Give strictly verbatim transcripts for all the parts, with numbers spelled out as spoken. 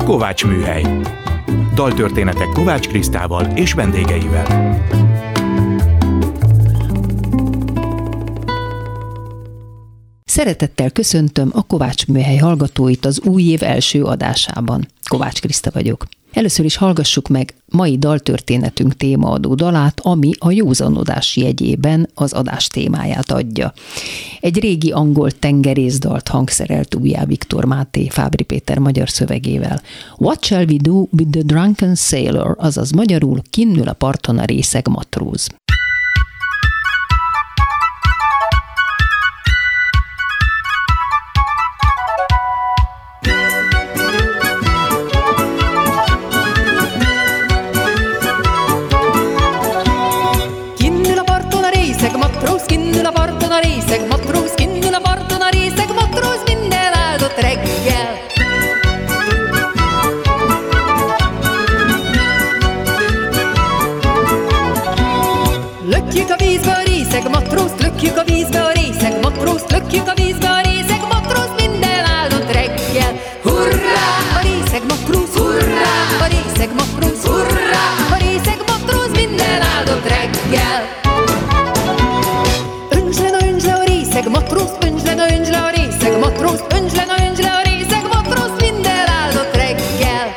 Kovács Műhely. Daltörténetek Kovács Krisztával és vendégeivel. Szeretettel köszöntöm a Kovács Műhely hallgatóit az új év első adásában. Kovács Kriszta vagyok. Először is hallgassuk meg mai daltörténetünk témaadó dalát, ami a józanodás jegyében az adás témáját adja. Egy régi angol tengerészdalt hangszerelt újjá Viktor Máté Fábry Péter magyar szövegével. What shall we do with the drunken sailor, azaz magyarul kinnül a parton a részeg matróz. Kinnül a parton a részeg matróz, kinnül a parton a részeg matróz, minden áldott reggel. Lökjük a vízbe a részeg matrózt, lökjük a vízbe a részeg matrózt, lökjük a vízbe a részeg matróz, minden áldott reggel. Hurrá! A részeg matróz, hurrá! A részeg matróz, hurrá! A részeg matróz, minden áldott reggel. Matróz, önts le, na önts le a részeg matróz, önts le, na önts le a részeg matróz, minden áldott reggel.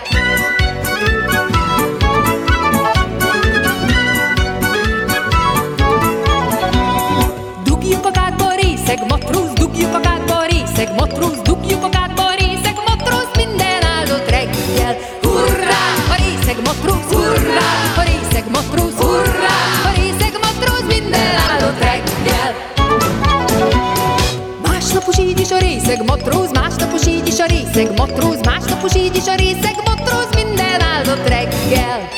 Dugjuk a kádba a részeg matróz, dugjuk a kádba a részeg matróz, dugjuk a kádba a részeg matróz, minden áldott reggel. Hurrá! A részeg matróz, hurrá! A részeg matróz, hurrá! A részeg matróz, minden áldott reggel. Másnapos így is a részeg matróz, másnapos így is a részeg matróz, másnapos így is a részeg matróz, minden áldott reggel.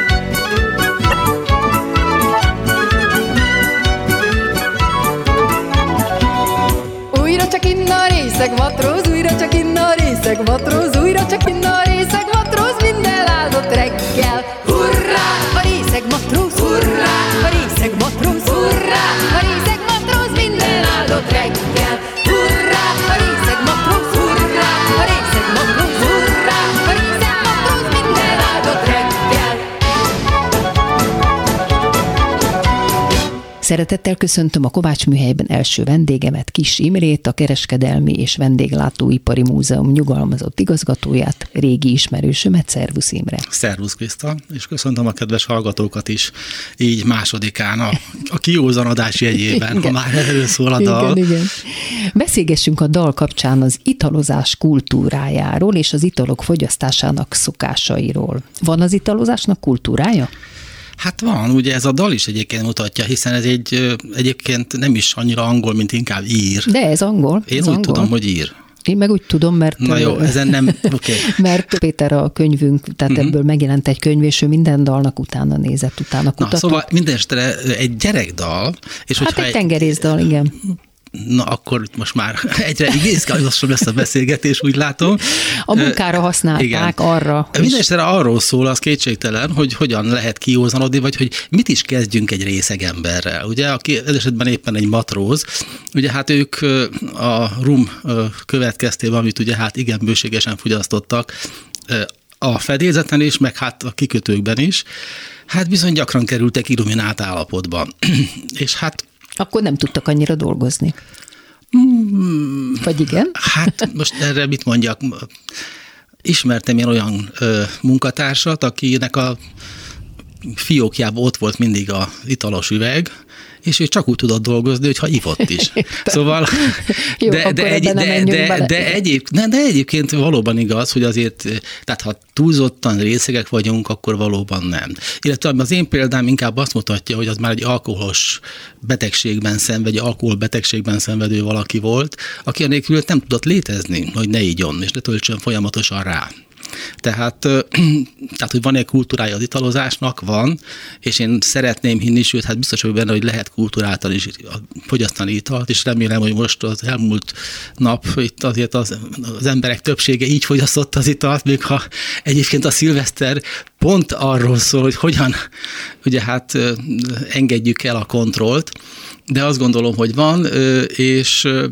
Újra csak innen a részeg matróz, újra csak innen a részeg matróz, újra csak innen a részeg matróz, minden áldott reggel. Hurrá! A részeg matróz, hurrá! A részeg matróz, hurrá! A részeg matróz, minden áldott reggel. Hurrá! A részeg matróz, hurrá! A részeg matróz, hurrá! A részeg matróz, minden áldott reggel. Szeretettel köszöntöm a Kovács Műhelyben első vendégemet, Kiss Imrét, a Kereskedelmi és Vendéglátóipari Múzeum nyugalmazott igazgatóját, régi ismerősömet. Szervusz Imre! Szervusz Kriszta, és köszöntöm a kedves hallgatókat is, így másodikán a, a kijózanodás jegyében, igen. Ha már erről szól a dal. Igen, igen. Beszélgessünk a dal kapcsán az italozás kultúrájáról és az italok fogyasztásának szokásairól. Van az italozásnak kultúrája? Hát van, ugye ez a dal is egyébként mutatja, hiszen ez egy egyébként nem is annyira angol, mint inkább ír. De ez angol. Én ez úgy angol. tudom, hogy ír. Én meg úgy tudom, mert... Na jó, ezen nem... Okay. Mert Péter a könyvünk, tehát uh-huh. ebből megjelent egy könyv, és ő minden dalnak utána nézett, utána kutatott. Na, szóval mindenestre egy gyerekdal. És hát egy tengerészdal, igen. Na, akkor most már egyre izgalmasabb lesz a beszélgetés, úgy látom. A munkára használták, igen. Arra. Mindenesetre arról szól, az kétségtelen, hogy hogyan lehet kijózanodni, vagy hogy mit is kezdjünk egy részeg emberrel. Ugye, aki ez esetben éppen egy matróz, ugye hát ők a rum következtében, amit ugye hát igen bőségesen fogyasztottak, a fedélzeten is, meg hát a kikötőkben is, hát bizony gyakran kerültek illuminált állapotban. És hát akkor nem tudtak annyira dolgozni. Mm, Vagy igen? Hát most erre mit mondjak? Ismertem én olyan ö, munkatársat, akinek a fiókjában ott volt mindig az italos üveg, és ő csak úgy tudott dolgozni, hogyha ivott is. Szóval, jó, de, de, egy, de, de, de, egyéb, de, de egyébként valóban igaz, hogy azért, tehát ha túlzottan részegek vagyunk, akkor valóban nem. Illetve az én példám inkább azt mutatja, hogy az már egy alkoholos betegségben szenved, egy alkoholbetegségben szenvedő valaki volt, aki anélkül nem tudott létezni, hogy ne igyon, és ne töltsön folyamatosan rá. Tehát, tehát, hogy van egy kultúrája az italozásnak, van, és én szeretném hinni, sőt, hát biztos vagyok benne, hogy lehet kultúráltan is fogyasztani italt, és remélem, hogy most az elmúlt nap itt azért az, az emberek többsége így fogyasztott az italt, még ha egyébként a szilveszter pont arról szól, hogy hogyan ugye hát engedjük el a kontrollt, de azt gondolom, hogy van, és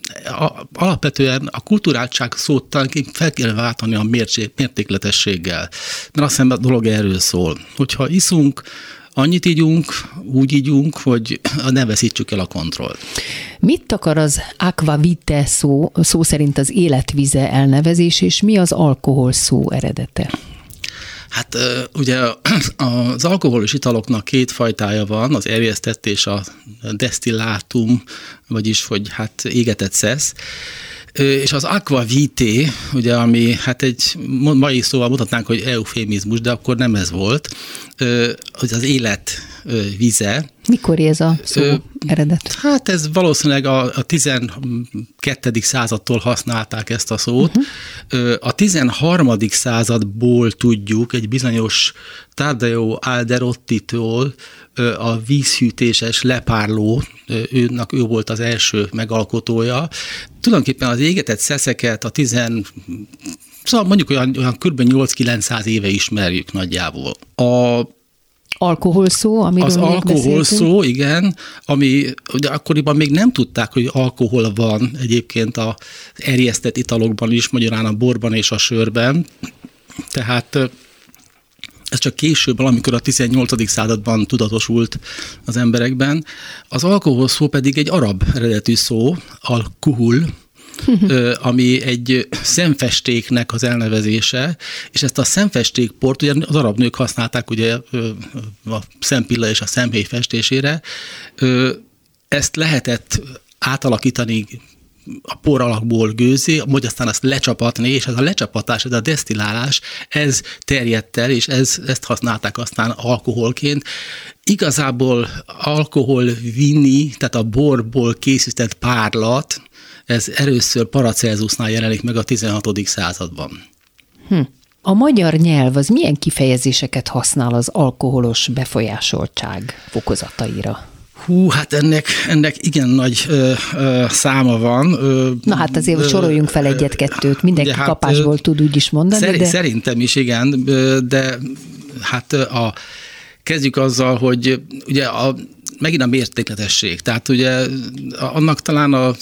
a, alapvetően a kulturáltság szót talán fel kell váltani a mértékletességgel, mert azt hiszem a dolog erről szól. Hogyha iszunk, annyit ígyunk, úgy ígyunk, hogy ne veszítsük el a kontrollt. Mit akar az aqua vitae szó, szó szerint az életvize elnevezés, és mi az alkohol szó eredete? Hát ugye az alkoholos italoknak két fajtája van, az erjesztett és a desztillátum, vagyis hogy hát égetett szesz. És az aqua vitae, ugye, ami hát egy mai szóval mutatnánk, hogy eufémizmus, de akkor nem ez volt, hogy az élet vize. Mikor ez a szó Ö, eredet? Hát ez valószínűleg a, a tizenkettedik századtól használták ezt a szót. Uh-huh. A tizenharmadik századból tudjuk, egy bizonyos Taddeo Alderottitól a vízhűtéses lepárló, őnek ő volt az első megalkotója. Tulajdonképpen az égetett szeszeket a tizen szóval mondjuk olyan, olyan kb. nyolc-kilencszáz éve ismerjük nagyjából. A alkohol szó, amiről Az alkohol szó, igen, ami ugye akkoriban még nem tudták, hogy alkohol van egyébként az erjesztett italokban is, magyarán a borban és a sörben. Tehát ez csak később, amikor a tizennyolcadik században tudatosult az emberekben. Az alkohol szó pedig egy arab eredetű szó, al-kuhul, ami egy szemfestéknek az elnevezése, és ezt a szemfestékport ugye az arab nők használták ugye a szempilla és a szemhéj festésére. Ezt lehetett átalakítani a por alakból gőzé, majd aztán azt lecsapatni, és ez a lecsapatás, ez a desztillálás, ez terjedt el, és ez, ezt használták aztán alkoholként. Igazából alkohol vinni, tehát a borból készített párlat, ez először Paracelsusnál jelenik meg a tizenhatodik században. Hm. A magyar nyelv az milyen kifejezéseket használ az alkoholos befolyásoltság fokozataira? Hú, hát ennek, ennek igen nagy ö, ö, száma van. Ö, Na hát azért ö, soroljunk fel egyet-kettőt, mindenki hát, kapásból ö, tud úgy is mondani. Szerint, de... Szerintem is igen, de hát a, kezdjük azzal, hogy ugye a, megint a mértékletesség, tehát ugye annak talán a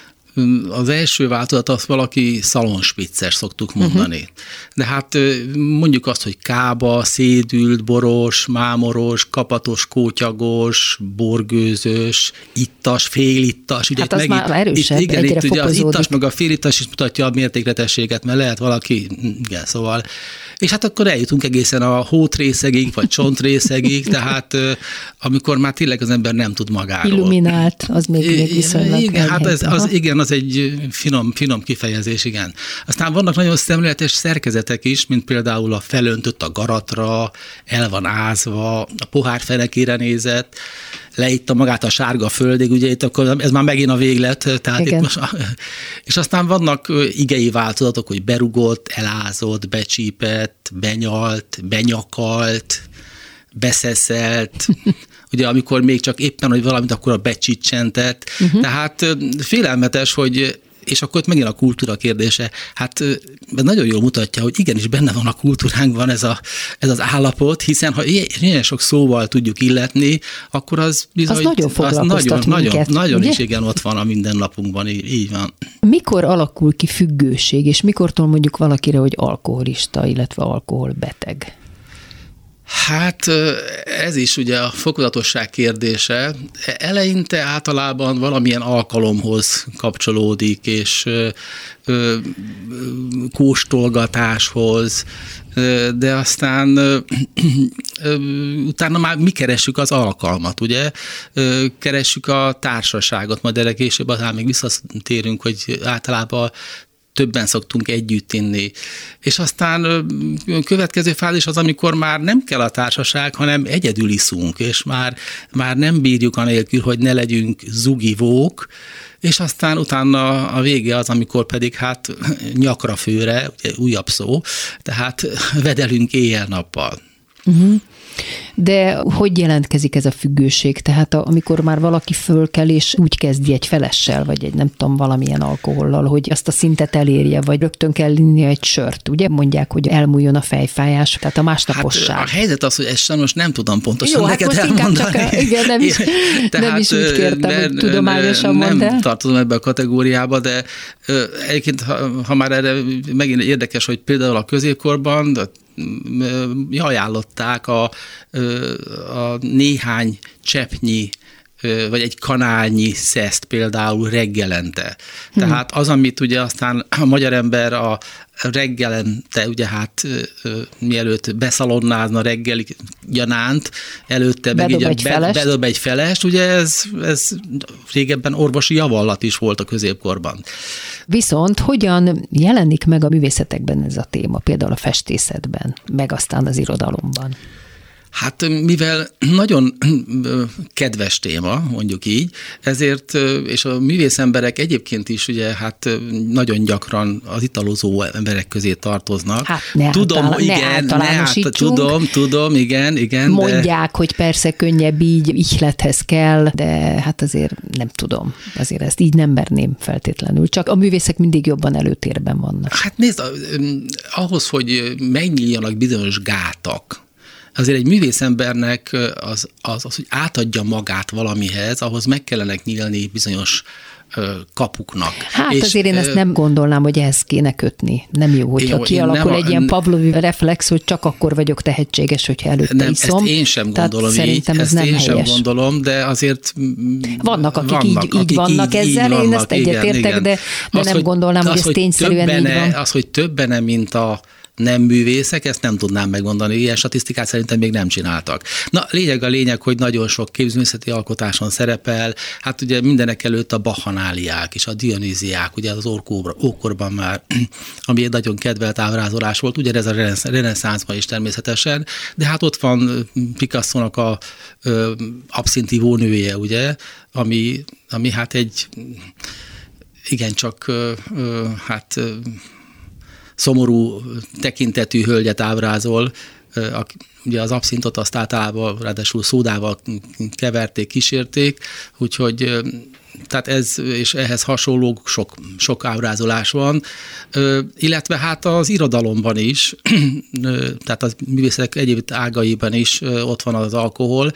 az első változat azt valaki szalonspicces szoktuk mondani. Uh-huh. De hát mondjuk azt, hogy kába, szédült, boros, mámoros, kapatos, kótyagos, borgőzös, ittas, félittas. Ugye hát az megint, már erősebb, itt, igen, egyre itt ugye az ittas meg a félittas is mutatja a mértékletességet, mert lehet valaki, igen, szóval. És hát akkor eljutunk egészen a hótrészegig, vagy csontrészegig, tehát amikor már tényleg az ember nem tud magáról. Illuminált, az még, még viszonylag. Igen, hát ez, az, igen, az egy finom, finom kifejezés, igen. Aztán vannak nagyon szemléletes szerkezetek is, mint például a felöntött a garatra, el van ázva, a pohár fenekére nézett, leitta magát a sárga földig, ugye itt akkor ez már megint a véglet, tehát itt most, és aztán vannak igei változatok, hogy berugott, elázott, becsípett, benyalt, benyakalt, beszeszelt, ugye amikor még csak éppen, hogy valamit, akkor a becsicsentett. Uh-huh. Tehát félelmetes, hogy, és akkor megint a kultúra kérdése, hát ez nagyon jól mutatja, hogy igenis benne van a kultúránkban ez, a, ez az állapot, hiszen ha ilyen sok szóval tudjuk illetni, akkor az bizony, az nagyon foglalkoztat az nagyon, minket, nagyon, nagyon is igen ott van a mindennapunkban, így, így van. Mikor alakul ki függőség, és mikortól mondjuk valakire, hogy alkoholista, illetve alkoholbeteg? Hát ez is ugye a fokozatosság kérdése. Eleinte általában valamilyen alkalomhoz kapcsolódik, és ö, ö, kóstolgatáshoz, de aztán ö, ö, utána már mi keressük az alkalmat, ugye? Ö, keressük a társaságot, majd erre később aztán még visszatérünk, hogy általában többen szoktunk együtt inni. És aztán a következő fázis az, amikor már nem kell a társaság, hanem egyedül iszunk, és már, már nem bírjuk anélkül, hogy ne legyünk zugivók, és aztán utána a vége az, amikor pedig hát nyakra főre, ugye újabb szó, tehát vedelünk éjjel-nappal. Uh-huh. De hogy jelentkezik ez a függőség? Tehát amikor már valaki fölkel, és úgy kezdi egy felessel, vagy egy nem tudom, valamilyen alkohollal, hogy azt a szintet elérje, vagy rögtön kell inni egy sört, ugye? Mondják, hogy elmúljon a fejfájás, tehát a másnaposság. Hát a helyzet az, hogy ezt sajnos nem tudom pontosan Jó, neked hát elmondani. Csak a, igen, nem is, nem is úgy kértem, hogy tudományosan mondd el. Nem tartozom ebbe a kategóriába, de egyébként, ha, ha már erre megint érdekes, hogy például a középkorban ajánlották a, a néhány cseppnyi, vagy egy kanálnyi szeszt például reggelente. Hmm. Tehát az, amit ugye aztán a magyar ember a reggelente, ugye hát mielőtt beszalonnázna reggeli gyanánt, előtte meg bedob így egy, be, bedob egy felest, ugye ez, ez régebben orvosi javallat is volt a középkorban. Viszont hogyan jelenik meg a művészetekben ez a téma, például a festészetben, meg aztán az irodalomban? Hát mivel nagyon kedves téma, mondjuk így, ezért, és a művész emberek egyébként is ugye hát nagyon gyakran az italozó emberek közé tartoznak. Hát ne, tudom, által, igen, ne általánosítsunk. Ne, tudom, tudom, igen, igen. Mondják, de... hogy persze könnyebb így, ihlethez kell, de hát azért nem tudom. Azért ezt így nem merném feltétlenül. Csak a művészek mindig jobban előtérben vannak. Hát nézd, ahhoz, hogy megnyíljanak bizonyos gátak, azért egy művészembernek az, az, az, hogy átadja magát valamihez, ahhoz meg kellene nyílni bizonyos kapuknak. Hát és azért én ezt nem gondolnám, hogy ehhez kéne kötni. Nem jó, hogyha jó, kialakul egy a, ilyen Pavlovi reflex, hogy csak akkor vagyok tehetséges, hogyha előtte nem, iszom. Ezt én sem gondolom Tehát így, ez ezt nem én helyes. sem gondolom, de azért vannak, akik vannak, így, akik így vannak így, ezzel, így én ezt egyetértek, de, de az, nem hogy, gondolnám, az, hogy ez hogy tényszerűen többene, így van. Az, hogy többene, mint a nem művészek, ezt nem tudnám megmondani. Ilyen statisztikát szerintem még nem csináltak. Na, lényeg a lényeg, hogy nagyon sok képzőművészeti alkotáson szerepel. Hát ugye mindenek előtt a bachanáliák és a dionýziák, ugye az ókorban már, ami egy nagyon kedvelt ábrázolás volt, ugye ez a reneszánszban is természetesen, de hát ott van Picasso-nak a ö, abszintívó nője, ugye, ami, ami hát egy igencsak ö, ö, hát ö, szomorú tekintetű hölgyet ábrázol, ugye az abszintot azt általában ráadásul szódával keverték, kísérték, úgyhogy tehát ez és ehhez hasonló sok, sok ábrázolás van, illetve hát az irodalomban is, tehát a művészetek egyéb ágaiban is ott van az alkohol,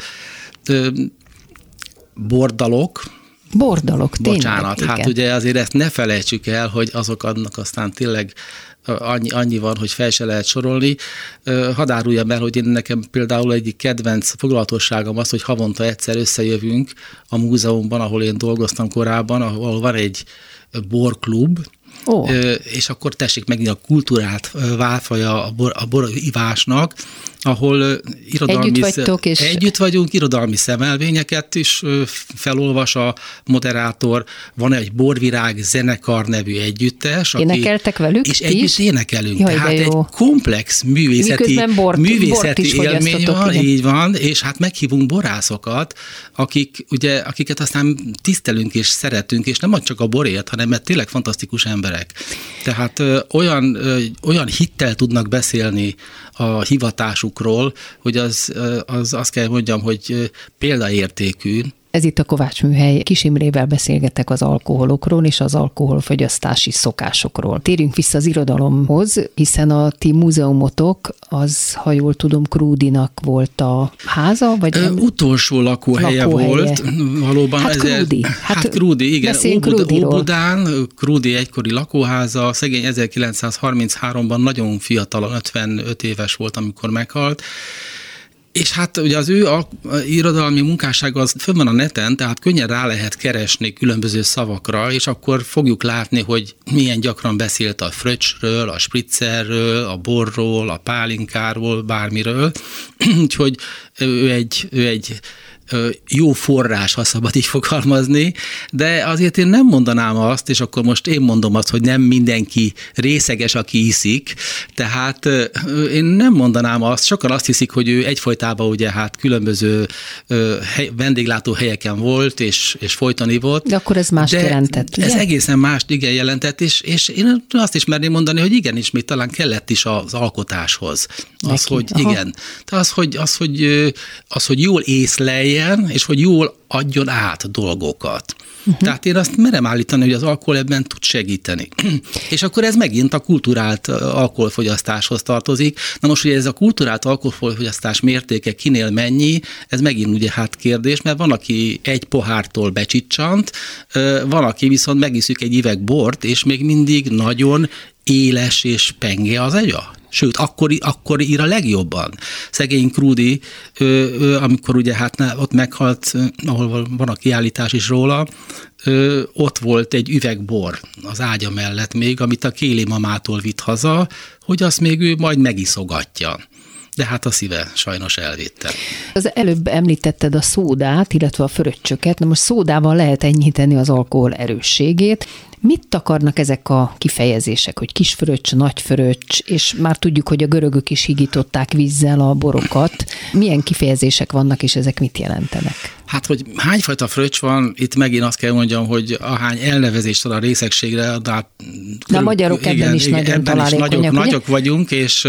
bordalok, Bordalok, tényleg. Bocsánat, igen. hát ugye azért ezt ne felejtsük el, hogy azok adnak aztán tényleg annyi, annyi van, hogy fel se lehet sorolni. Hadd áruljam el, hogy én nekem például egyik kedvenc foglalatosságom az, hogy havonta egyszer összejövünk a múzeumban, ahol én dolgoztam korábban, ahol van egy borklub, oh. és akkor tessék megint a kultúrát válfaja a, bor, a borivásnak, ahol irodalmi együtt vagytok, és... együtt vagyunk, irodalmi szemelvényeket is felolvas a moderátor, van egy Borvirág zenekar nevű együttes. Énekeltek velük? És együtt is? Énekelünk. Jaj, tehát egy komplex művészeti, bort, művészeti bort élmény van, igen. így van, és hát meghívunk borászokat, akik, ugye, akiket aztán tisztelünk és szeretünk, és nem csak a borért, hanem mert tényleg fantasztikus emberek. Tehát ö, olyan, ö, olyan hittel tudnak beszélni a hivatásukról, hogy az, az azt kell mondjam, hogy példaértékű. Ez itt a Kovács Műhely. Kis Imrével beszélgetek az alkoholokról és az alkoholfogyasztási szokásokról. Térjünk vissza az irodalomhoz, hiszen a ti múzeumotok, az, ha jól tudom, Krúdinak volt a háza? Vagy Ö, utolsó lakóhelye, lakóhelye volt. Valóban. Hát Krúdi. Hát, hát Krúdi, igen. Krúdiról. Óbudán, Krúdi egykori lakóháza, szegény ezerkilencszázharmincháromban nagyon fiatal, ötvenöt éves volt, amikor meghalt. És hát ugye az ő irodalmi munkássága az fönn van a neten, tehát könnyen rá lehet keresni különböző szavakra, és akkor fogjuk látni, hogy milyen gyakran beszélt a fröccsről, a spritzerről, a borról, a pálinkáról, bármiről. Úgyhogy ő egy, ő egy jó forrás, ha szabad így fogalmazni, de azért én nem mondanám azt, és akkor most én mondom azt, hogy nem mindenki részeges, aki iszik, tehát én nem mondanám azt, sokan azt hiszik, hogy ő egyfolytában ugye hát különböző hely, vendéglátó helyeken volt, és, és folyton ivott. De akkor ez mást jelentett, ugye? Ez egészen mást igen jelentett, és, és én azt is merném mondani, hogy igenis, még talán kellett is az alkotáshoz. Az, Neki. hogy Aha. igen. Az hogy, az, hogy, az, hogy jól észleljen, és hogy jól adjon át dolgokat. Uh-huh. Tehát én azt merem állítani, hogy az alkohol ebben tud segíteni. És akkor ez megint a kulturált alkoholfogyasztáshoz tartozik. Na most, hogy ez a kulturált alkoholfogyasztás mértéke kinél mennyi, ez megint ugye hát kérdés, mert van, aki egy pohártól becsicsant, van, aki viszont megiszük egy üveg bort, és még mindig nagyon éles és penge az agya. Sőt, akkor, akkor ír a legjobban. Szegény Krúdi, amikor ugye hát ott meghalt, ahol van a kiállítás is róla, ott volt egy üveg bor az ágya mellett még, amit a Kéli mamától vitt haza, hogy azt még ő majd megiszogatja. De hát a szíve sajnos elvitte. Az előbb említetted a szódát, illetve a fröccsöket. Na most szódával lehet enyhíteni az alkohol erősségét. Mit akarnak ezek a kifejezések, hogy kis fröccs, nagy fröccs, és már tudjuk, hogy a görögök is higították vízzel a borokat. Milyen kifejezések vannak, és ezek mit jelentenek? Hát, hogy hányfajta fröccs van, itt megint azt kell mondjam, hogy ahány elnevezést van a részegségre, de hát... De a magyarok igen, ebben is igen, nagyon ebben találékonyak, is nagyok, ugye? nagyok vagyunk, és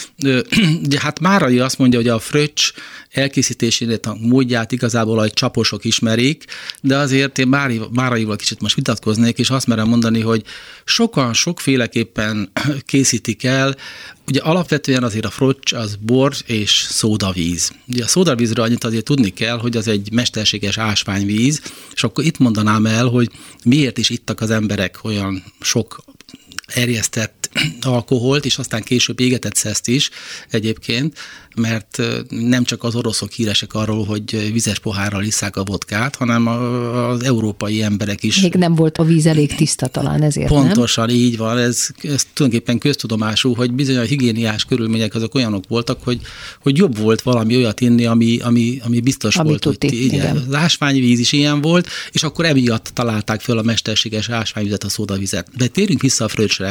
de hát Márai azt mondja, hogy a fröccs elkészítésének a módját igazából a csaposok ismerik, de azért én Mári, Máraival kicsit most vitatkoznék, és azt merem mondani, hogy sokan sokféleképpen készítik el. Ugye alapvetően azért a fröccs az bor és szódavíz. Ugye a szódavízről annyit azért tudni kell, hogy az egy mesterséges ásványvíz, és akkor itt mondanám el, hogy miért is ittak az emberek olyan sok erjesztett alkoholt, és aztán később égetett szeszt is egyébként, mert nem csak az oroszok híresek arról, hogy vizes pohárral isszák a vodkát, hanem az európai emberek is. Még nem volt a víz elég tiszta talán ezért, Pontosan, nem? így van. Ez, ez tulajdonképpen köztudomású, hogy bizony a higiéniás körülmények azok olyanok voltak, hogy, hogy jobb volt valami olyat inni, ami, ami, ami biztos ami volt, tuti, hogy igen. Az ásványvíz is ilyen volt, és akkor emiatt találták föl a mesterséges ásványvizet, a szódavizet. De térjünk vissza a fröccsre.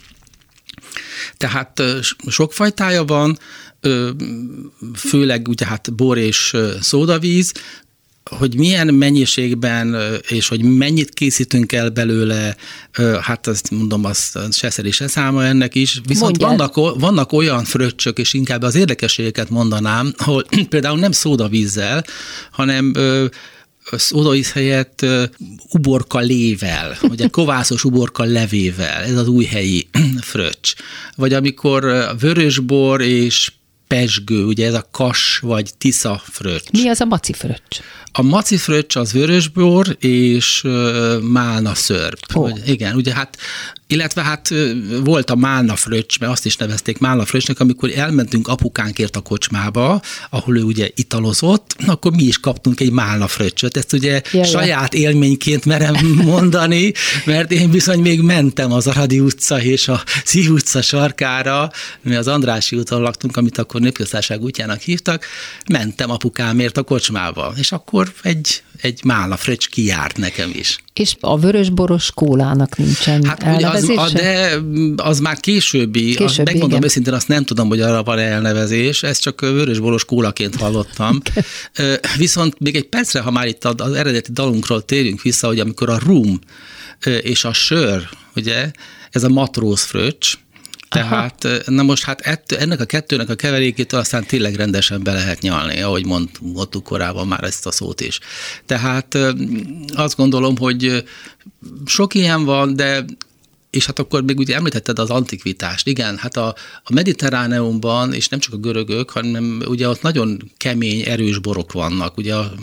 Tehát sok fajtája van, főleg ugye hát bor és szódavíz, hogy milyen mennyiségben, és hogy mennyit készítünk el belőle, hát azt mondom, azt se szeri, se száma ennek is. Viszont vannak, vannak olyan fröccsök, és inkább az érdekességeket mondanám, ahol például nem szódavízzel, hanem szódavíz helyett uh, uborka lével, ugye kovászos uborka levével, ez az újhelyi fröccs. Vagy amikor uh, vörösbor és pezsgő, ugye ez a kas vagy tisza fröccs. Mi az a maci fröccs? A maci fröccs az vörösbor és uh, málna szörp. Oh. Vagy, igen, ugye hát, illetve hát volt a málna fröccs, mert azt is nevezték málna fröccsnek, amikor elmentünk apukánkért a kocsmába, ahol ő ugye italozott, akkor mi is kaptunk egy málna fröccsöt. Ezt ugye Jaj, saját élményként merem mondani, mert én bizony még mentem az Aradi utca és a Szív utca sarkára, mi az Andrássy úton laktunk, amit akkor Népköztársaság útjának hívtak, mentem apukámért a kocsmába, és akkor egy, egy málna fröccs kijárt nekem is. És a vörösboros kólának nincsen hát, elnevezése? Az, de az már későbbi, későbbi az, megmondom igen. őszintén, azt nem tudom, hogy arra van elnevezés, ezt csak vörösboros kólaként hallottam. Viszont még egy percre, ha már itt az eredeti dalunkról térjünk vissza, hogy amikor a rum és a sör, ugye, ez a matróz fröccs, tehát, aha. na most hát ettől, ennek a kettőnek a keverékétől aztán tényleg rendesen be lehet nyalni, ahogy mondtuk korábban már ezt a szót is. Tehát azt gondolom, hogy sok ilyen van, de és hát akkor még ugye említetted az antikvitást. Igen, hát a, a Mediterráneumban, és nem csak a görögök, hanem ugye ott nagyon kemény, erős borok vannak. Ugye a,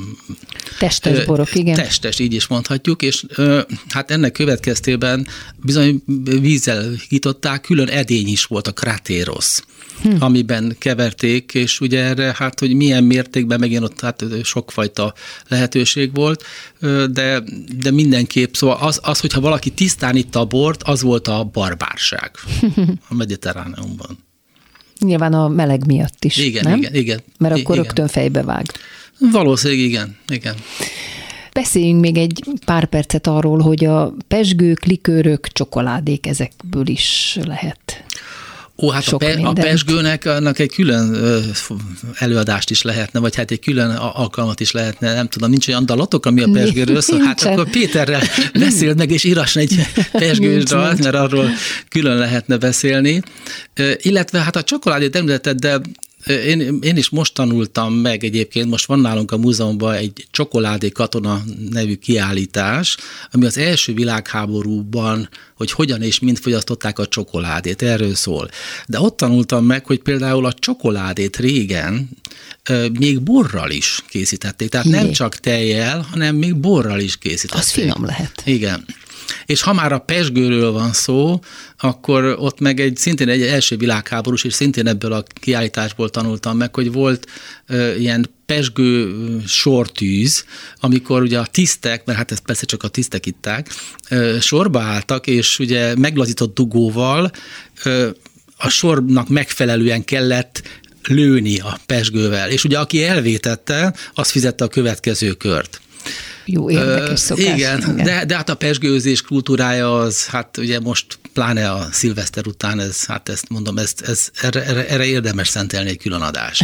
testes borok, igen. Testes, így is mondhatjuk, és hát ennek következtében bizony vízzel higították, külön edény is volt, a kratérosz, hm. amiben keverték, és ugye erre hát, hogy milyen mértékben megint ott hát sokfajta lehetőség volt, de, de mindenképp, szóval az, az, hogyha valaki tisztán itta a bort, az volt a barbárság a Mediterráneumban. Nyilván a meleg miatt is, igen, nem? Igen, igen. Mert akkor igen. rögtön fejbe vág. Valószínűleg igen, igen. Beszéljünk még egy pár percet arról, hogy a pezsgők, likőrök, csokoládék, ezekből is lehet. Ó, hát a, pe, a pezsgőnek annak egy külön ö, előadást is lehetne, vagy hát egy külön alkalmat is lehetne, nem tudom, nincs olyan dalatok, ami a pezsgőről szól, hát akkor Péterrel beszéld meg, és írasson egy pezsgős dalt, mert arról külön lehetne beszélni. Ö, illetve hát a csokoládét említetted, de Én, én is most tanultam meg egyébként, most van nálunk a múzeumban egy Csokoládé katona nevű kiállítás, ami az első világháborúban, hogy hogyan és mind fogyasztották a csokoládét, erről szól. De ott tanultam meg, hogy például a csokoládét régen még borral is készítették, tehát Jé. nem csak tejjel, hanem még borral is készítették. Az finom lehet. Igen. És ha már a pezsgőről van szó, akkor ott meg egy szintén egy első világháborús, és szintén ebből a kiállításból tanultam meg, hogy volt ö, ilyen pezsgő sortűz, amikor ugye a tisztek, mert hát ezt persze csak a tisztek itták, ö, sorba álltak, és ugye meglazított dugóval ö, a sornak megfelelően kellett lőni a pezsgővel. És ugye aki elvétette, az fizette a következő kört. Jó, érdekes szokás. Igen, igen. De, de hát a pezsgőzés kultúrája az, hát ugye most pláne a szilveszter után, ez, hát ezt mondom, ezt, ez, erre, erre, erre érdemes szentelni egy külön adást.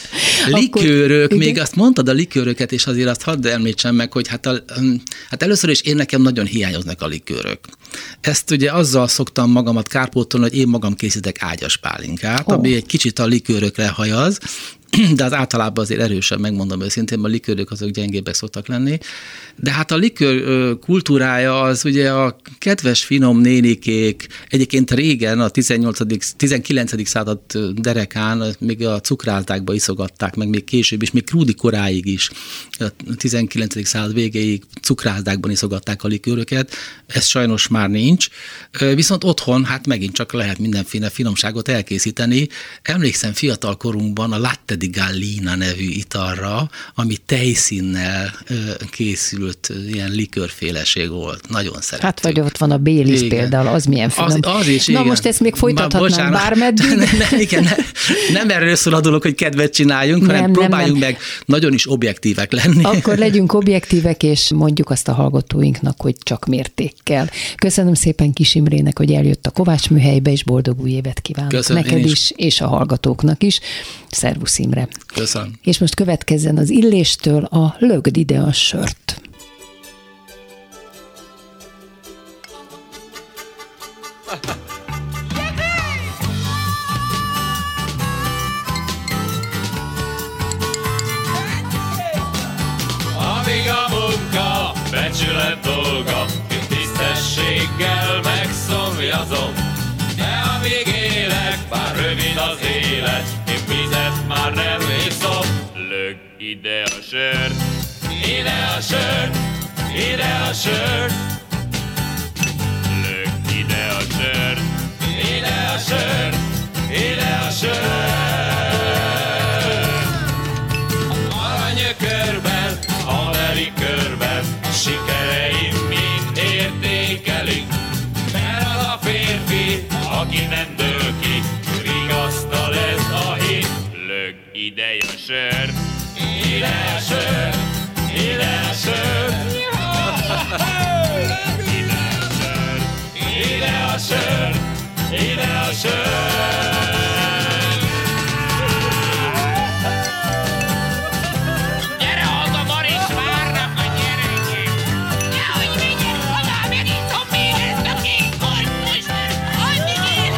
Likőrök, Akkor, még igen? Azt mondtad a likőröket, és azért azt hadd említsem meg, hogy hát, a, hát először is én nekem nagyon hiányoznak a likőrök. Ezt ugye azzal szoktam magamat kárpótolni, hogy én magam készítek ágyas pálinkát, oh. ami egy kicsit a likőrökre hajaz, de az általában azért erősen, megmondom őszintén, a likőrök azok gyengébbek szoktak lenni. De hát a likőr kultúrája az ugye a kedves finom nénikék, egyébként régen a tizennyolcadik tizenkilencedik század derekán még a cukráltákba iszogatták, meg még később is, még Krúdi koráig is, a tizenkilencedik század végéig cukráltákban iszogatták a likőröket, ez sajnos már nincs. Viszont otthon hát megint csak lehet mindenféle finomságot elkészíteni. Emlékszem fiatal korunkban a latte di gallina nevű italra, ami tejszínnel készült ilyen likőrféleség volt. Nagyon szerettük. Hát vagy ott van a Baileys például, az milyen finom. Az, az is, Na igen. Most ezt még folytathatnám bármeddig. Ne, ne, igen, ne, nem erről szól a dolog, hogy kedvet csináljunk, nem, hanem nem, próbáljunk nem. meg nagyon is objektívek lenni. Akkor legyünk objektívek, és mondjuk azt a hallgatóinknak, hogy csak mértékkel. Köszönöm szépen Kis Imrének, hogy eljött a Kovács Műhelybe, és boldog új évet kívánok Köszönöm, neked is. is, és a hallgatóknak is. Szervusz Imre. Köszönöm. És most következzen az Illéstől a Lögd ide a sört. Amíg a munka becsület dolga, én tisztességgel megszomjazom, de amíg élek, bár rövid az élet, én vizet már nem iszom. Lög ide a sört, ide a sört, ide a sört. Lög ide a sört, ide a sört, ide a sört. Aranyökörben, a likőrben, sikereim mind értékelik, mert az a férfi, aki nem dől ki, vigasztal ez a hit. Lög ide a sört, ide a sört, ide a sört. Ide a sört, ide a sört, ide a sört. Gyere haza, Maris, várnak a gyerekek. Nehogy menjen oda, megítom még ezt a kék korpust. Addig ér.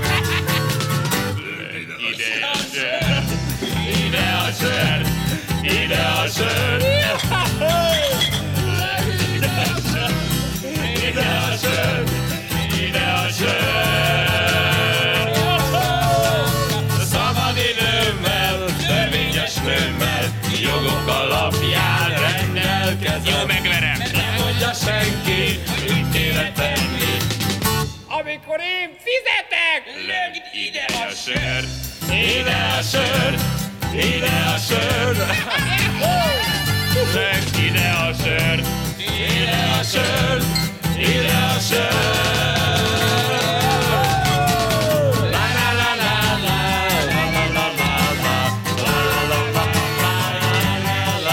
Ide a sört, ide a sört, ide a sört. Ide a sört, ide a sört. Szabad időmmel, törvényes nőmmel, jogok alapján rendelkezem. Jó, megverem. Nem mondja senki, ügyélet tenni. Amikor én fizetek, lögd ide a sört, ide a sört, ide a sört. Lögd ide a sört, ide a sört, ide a sört. La la la la la, la la la la la, la la la la la la.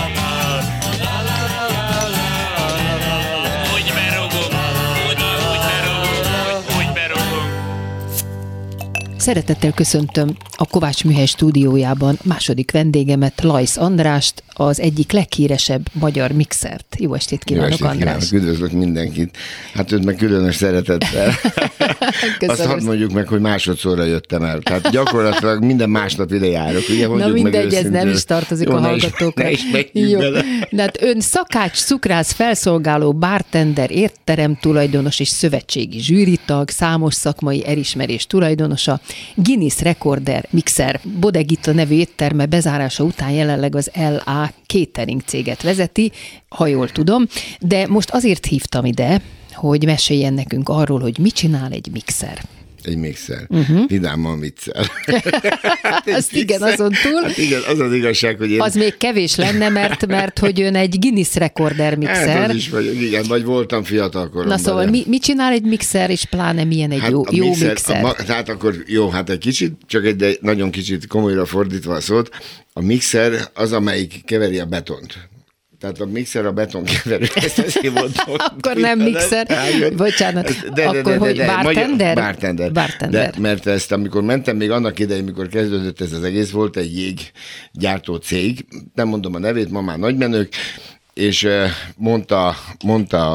Szeretettel köszöntöm a Kovács Műhely stúdiójában második vendégemet, Lajsz Andrást, az egyik leghíresebb magyar mixert. Jó estét kívánok, Jó estét András! Kívánok, üdvözlök mindenkit. Hát őt meg különös szeretettel. Azt hadd mondjuk meg, hogy másodszorra jöttem el. Tehát gyakorlatilag minden másnap ide járok. Ugye, Na mindegy, ez nem is tartozik Jó, a hallgatókra. Ne is, ne is Jó. Bele. De hát ön szakács, cukrász, felszolgáló, bartender, étterem tulajdonos és szövetségi zsűritag, számos szakmai elismerés tulajdonosa, Guinness rekorder, mixer, Bodegita nevű étterme bezárása után jelenleg az el á catering céget vezeti, ha jól tudom, de most azért hívtam ide, hogy meséljen nekünk arról, hogy mit csinál egy mixer. Egy mixer. Uh-huh. Vidáman viccel. Hát Azt igen, azon túl. Hát igen, az az igazság, hogy én... Az még kevés lenne, mert, mert hogy ön egy Guinness rekorder mixer. Hát az is vagyok, igen, vagy voltam fiatalkoromban. Na szóval mi, mit csinál egy mixer, és pláne milyen egy hát jó, jó mixer? mixer? A, tehát akkor jó, hát egy kicsit, csak egy de nagyon kicsit komolyra fordítva a szót, a mixer az, amelyik keveri a betont. Tehát a mixer a betonkeverő, ezt azért mondtam. Akkor nem mixer, bocsánat, de, de, akkor de, de, hogy de, bartender? Bartender. Bartender. De, mert ezt, amikor mentem, még annak idején, mikor kezdődött ez az egész, volt egy jéggyártó cég, nem mondom a nevét, ma már nagymenők, és mondta, mondta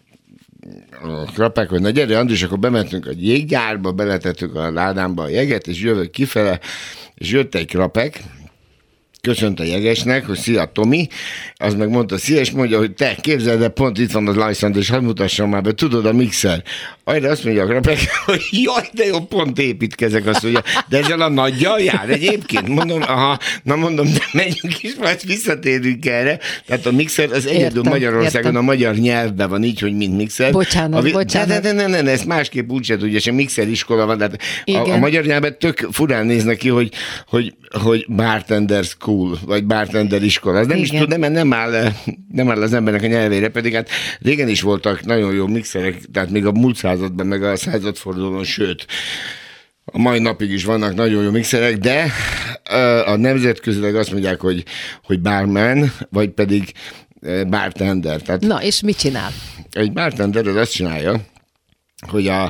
a krapák, hogy na gyere, Andris, akkor bementünk a jéggyárba, beletettük a ládámba a jeget, és jövök kifele, és jött egy krapek, köszönt a jegesnek, hogy szia Tomi, az meg mondta, szia, és mondja, hogy te, képzeld, de pont itt van az Lajszand, és hadd mutassam már be, tudod, a mixer. Ajra azt mondja a krapek, hogy jaj, de jó, pont építkezek, azt mondja, de ezzel a nagyjal jár egyébként. Mondom, aha, na mondom, de menjünk is, majd visszatérünk erre. Tehát a mixer az egyedül Magyarországon értem. A magyar nyelvben van így, hogy mint mixer. Bocsánat, a, bocsánat. De, de, de, de, de, ezt másképp úgyse tudja, sem mixer iskola van, tehát a, a magyar nyelvben tök furán néznek ki, hogy, hogy, hogy bartender school, vagy bartender iskola. Ez nem Igen. is tud, nem, nem, áll, nem áll az embernek a nyelvére, pedig hát régen is voltak nagyon jó mixerek, tehát még a múlt században, meg a századfordulón, sőt, a mai napig is vannak nagyon jó mixerek, de a nemzetközileg azt mondják, hogy, hogy barman, vagy pedig bartender. Tehát Na, és mit csinál? Egy bartender az azt csinálja, hogy a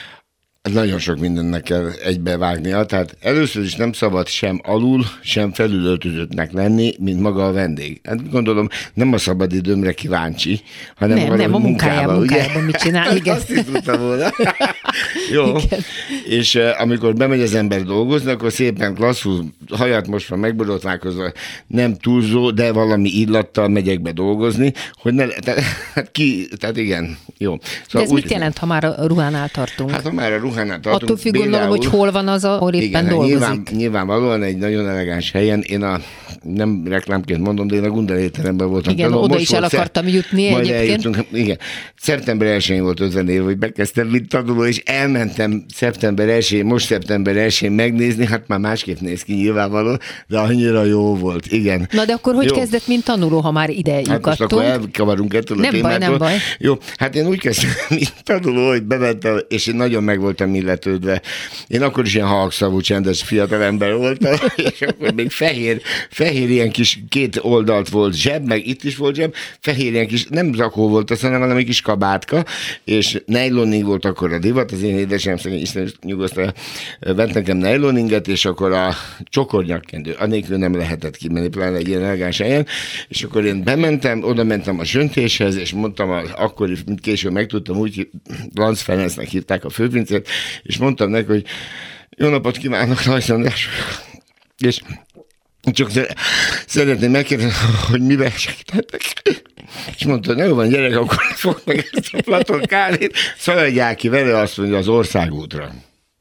nagyon sok mindennek kell egybevágnia, tehát először is nem szabad sem alul, sem felülöltözöttnek lenni, mint maga a vendég. Hát gondolom, nem a szabadidőmre kíváncsi, hanem nem, nem, a munkájában, munkájában mit csinál, igen. Azt is tudtam volna. Jó, igen. És uh, amikor bemegy az ember dolgozni, akkor szépen klasszul, hajat mosva, megborotválkozva, nem túlzó, de valami illattal megyek be dolgozni, hogy ne, tehát ki, tehát igen, jó. Szóval de ez úgy, mit jelent, ha már a ruhánál tartunk? Hát ha már a ruhánál tartunk. Attól függ, gondolom, hogy hol van az, ahol éppen igen, dolgozik. Nyilván, nyilvánvalóan egy nagyon elegáns helyen, én a, nem reklámként mondom, de én a Gundel étteremben voltam. Igen, tanul, oda is el akartam szer- jutni majd egyébként. Eljutunk, igen. Szeptember elsején volt ötven év, hogy bekezdtem, mint tanuló, és elmentem szeptember elsején, most szeptember elsején megnézni, hát már másképp néz ki nyilvánvaló, de annyira jó volt, igen. Na de akkor hogy jó. kezdett, mint tanuló, ha már ide lyukadtunk? Hát most akkor elkavarunk ettől a nem témától. baj, nem baj. Jó, hát én úgy kezdtem, mint tanuló, hogy bementem, és én nagyon meg voltam illetődve. Én akkor is ilyen halkszavú, csendes fiatalember voltam, és akkor még fehér, fehér ilyen kis két oldalt volt zseb, meg itt is volt zseb, fehér ilyen kis, nem zakó volt az, hanem valami kis kabátka, és nylonning volt akkor a divat, az én édesem szegény Isten nyugosztal vett nekem nyloninget, és akkor a csokornyakkendő, anélkül nem lehetett kimenni, pláne egy ilyen elegáns helyen, és akkor én bementem, oda mentem a zsöntéshez, és mondtam, a, akkor, mint később megtudtam, úgy Lanz Ferencnek hívták a főpincét, és mondtam neki, hogy jó napot kívánok, Lajsz András, és csak szeretném megkérdezni, hogy mivel segítettek. És mondta, hogy jó van, gyerek, akkor fogd meg ezt a Platon kávét, szaladjál ki vele, azt mondja, az országútra.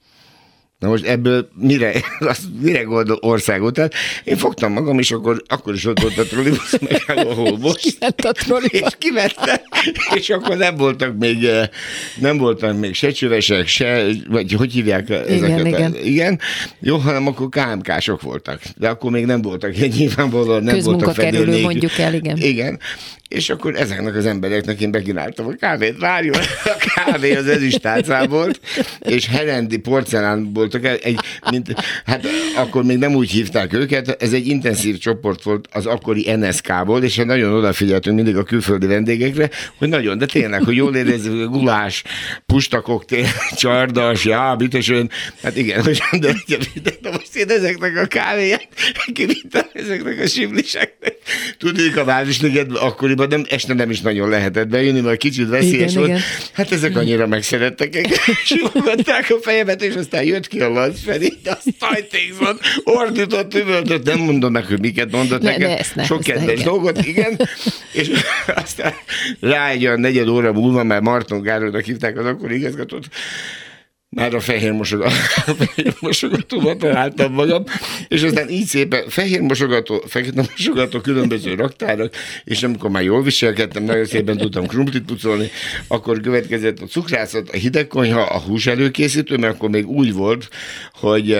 Na most ebből mire, azt mire gondol országot? Tehát én fogtam magam, és akkor, akkor is ott volt a trollibusz, megálló, ahol most. És kivette, és akkor nem voltak még, nem voltak még se csövesek, se, vagy hogy hívják ezeket? Igen, igen. igen. Jó, hanem akkor ká em ká-sok voltak. De akkor még nem voltak, nyilvánvalóan nem voltak fedélnék. mondjuk el, igen. Igen. és akkor ezeknek az embereknek én bekínáltam a kávét, várjon, a kávé az ezüsttálcán volt, és herendi porcelán voltak, egy, mint, hát akkor még nem úgy hívták őket, ez egy intenzív csoport volt az akkori en es ká-ból, és nagyon odafigyeltünk mindig a külföldi vendégekre, hogy nagyon, de tényleg, hogy jól érezzük, gulás, pustakoktél, csardas, já, bitesön, hát igen, hogy de, de, de most én ezeknek a kávéját kivittem ezeknek a simliseknek. Tudjuk, a Városligetben akkoriban nem, este nem is nagyon lehetett bejönni, mert kicsit veszélyes igen, volt. Igen. Hát ezek annyira megszerettek, simogatták a fejemet, és aztán jött ki a Lanz Feri, azt tajtékzott, ordított, üvöltött, nem mondom meg, hogy miket mondott ne, nekem. Ne, sok kedves dolgot, igen. És aztán rá egy olyan negyed óra múlva, mert Marton Gárodnak hívták az akkori igazgatót, már a fehér mosogató, fehér mosogatóban találtam magam, és aztán így szépen fehér mosogató, fekete mosogató, különböző raktárak, és amikor már jól viselkedtem, nagyon szépen tudtam krumplit pucolni, akkor következett a cukrászat, a hidegkonyha, a hús előkészítő, mert akkor még úgy volt, hogy